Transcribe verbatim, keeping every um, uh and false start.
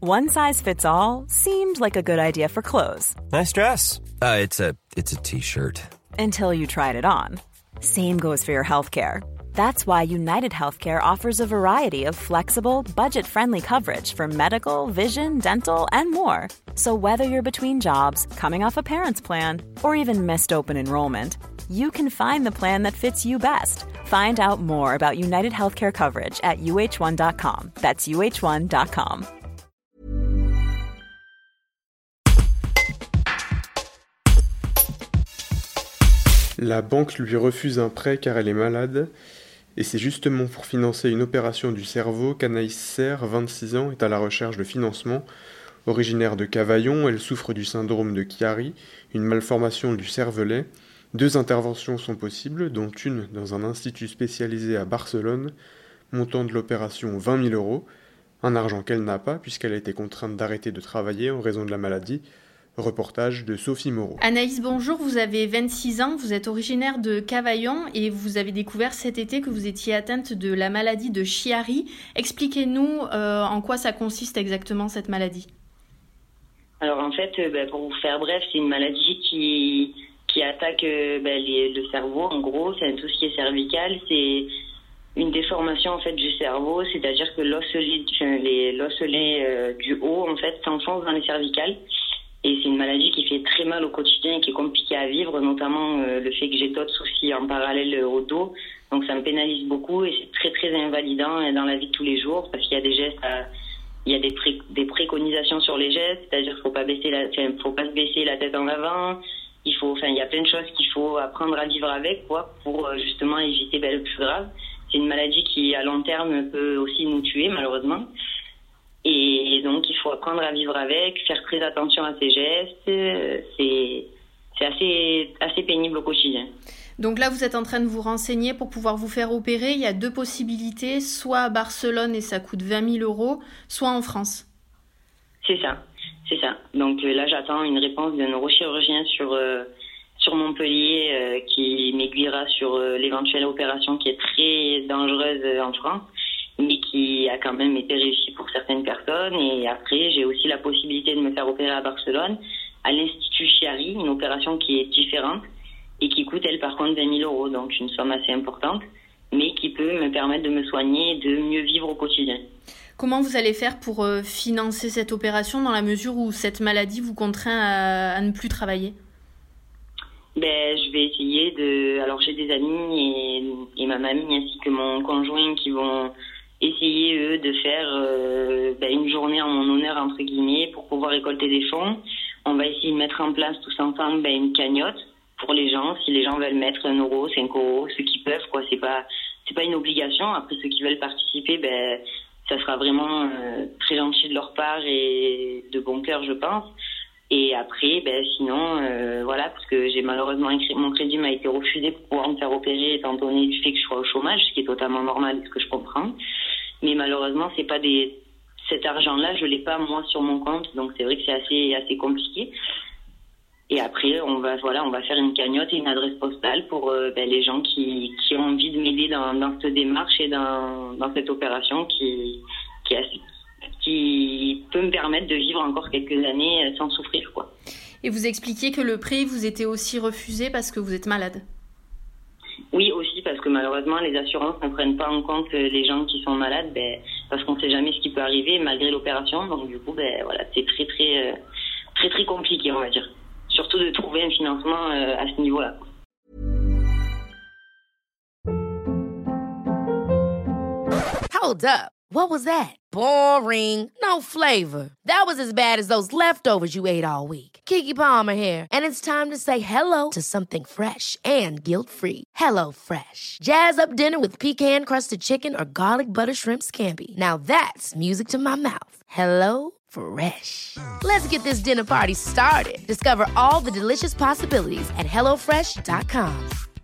One size fits all seemed like a good idea for clothes. Nice dress. Uh, it's a it's a t-shirt. Until you tried it on. Same goes for your healthcare. That's why United Healthcare offers a variety of flexible, budget-friendly coverage for medical, vision, dental, and more. So whether you're between jobs, coming off a parent's plan, or even missed open enrollment, you can find the plan that fits you best. Find out more about United Healthcare coverage at U H one dot com. That's U H one dot com. La banque lui refuse un prêt car elle est malade, et c'est justement pour financer une opération du cerveau qu'Anaïs Serre, vingt-six ans, est à la recherche de financement. Originaire de Cavaillon, elle souffre du syndrome de Chiari, une malformation du cervelet. Deux interventions sont possibles, dont une dans un institut spécialisé à Barcelone, montant de l'opération vingt mille euros, un argent qu'elle n'a pas puisqu'elle a été contrainte d'arrêter de travailler en raison de la maladie. Reportage de Sophie Moreau. Anaïs, bonjour, vous avez vingt-six ans, vous êtes originaire de Cavaillon et vous avez découvert cet été que vous étiez atteinte de la maladie de Chiari. Expliquez-nous euh, en quoi ça consiste exactement cette maladie. Alors en fait, euh, bah, pour vous faire bref, c'est une maladie qui, qui attaque euh, bah, les, le cerveau. En gros, c'est tout ce qui est cervical, c'est une déformation en fait du cerveau, c'est-à-dire que l'osselet, les, l'osselet euh, du haut en fait s'enfonce dans les cervicales. Et c'est une maladie qui fait très mal au quotidien et qui est compliquée à vivre, notamment euh, le fait que j'ai d'autres soucis en parallèle au dos. Donc ça me pénalise beaucoup et c'est très très invalidant dans la vie de tous les jours parce qu'il y a des gestes, à, il y a des, pré, des préconisations sur les gestes, c'est-à-dire qu'il faut pas baisser la, enfin, faut pas se baisser la tête en avant. Il faut, enfin, il y a plein de choses qu'il faut apprendre à vivre avec, quoi, pour euh, justement éviter ben, le plus grave. C'est une maladie qui à long terme peut aussi nous tuer malheureusement. Et donc, il faut apprendre à vivre avec, faire très attention à ses gestes. C'est, c'est assez, assez pénible au quotidien. Donc là, vous êtes en train de vous renseigner pour pouvoir vous faire opérer. Il y a deux possibilités, soit à Barcelone et ça coûte vingt mille euros, soit en France. C'est ça, c'est ça. Donc là, j'attends une réponse d'un neurochirurgien sur, euh, sur Montpellier euh, qui m'aiguillera sur euh, l'éventuelle opération qui est très dangereuse euh, en France, mais qui a quand même été réussi pour certaines personnes. Et après, j'ai aussi la possibilité de me faire opérer à Barcelone, à l'Institut Chiari, une opération qui est différente et qui coûte, elle, par contre, vingt mille euros, donc une somme assez importante, mais qui peut me permettre de me soigner et de mieux vivre au quotidien. Comment vous allez faire pour euh, financer cette opération dans la mesure où cette maladie vous contraint à, à ne plus travailler ? Ben, je vais essayer de... Alors, j'ai des amis et, et ma mamie ainsi que mon conjoint qui vont essayer, eux, de faire euh, ben, une journée en mon honneur, entre guillemets, pour pouvoir récolter des fonds. On va essayer de mettre en place tous ensemble ben, une cagnotte pour les gens. Si les gens veulent mettre un euro, cinq euros, ceux qui peuvent, quoi. C'est pas, c'est pas une obligation. Après, ceux qui veulent participer, ben, ça sera vraiment euh, très gentil de leur part et de bon cœur, je pense. Et après, ben, sinon, euh, voilà, parce que j'ai malheureusement écrit, mon crédit m'a été refusé pour pouvoir me faire opérer étant donné du fait que je sois au chômage, ce qui est totalement normal, ce que je comprends. Mais malheureusement, c'est pas des, cet argent-là, je l'ai pas moi sur mon compte, donc c'est vrai que c'est assez, assez compliqué. Et après, on va, voilà, on va faire une cagnotte et une adresse postale pour euh, ben, les gens qui, qui ont envie de m'aider dans, dans cette démarche et dans, dans cette opération qui, qui est assez, qui peut me permettre de vivre encore quelques années sans souffrir, quoi. Et vous expliquiez que le prêt vous était aussi refusé parce que vous êtes malade. Oui, aussi parce que malheureusement les assurances ne prennent pas en compte les gens qui sont malades, ben, parce qu'on ne sait jamais ce qui peut arriver malgré l'opération. Donc du coup, ben voilà, c'est très très très très compliqué, on va dire. Surtout de trouver un financement euh, à ce niveau-là. Hold up. What was that? Boring. No flavor. That was as bad as those leftovers you ate all week. Keke Palmer here. And it's time to say hello to something fresh and guilt-free. Hello Fresh. Jazz up dinner with pecan-crusted chicken or garlic butter shrimp scampi. Now that's music to my mouth. Hello Fresh. Let's get this dinner party started. Discover all the delicious possibilities at hello fresh dot com.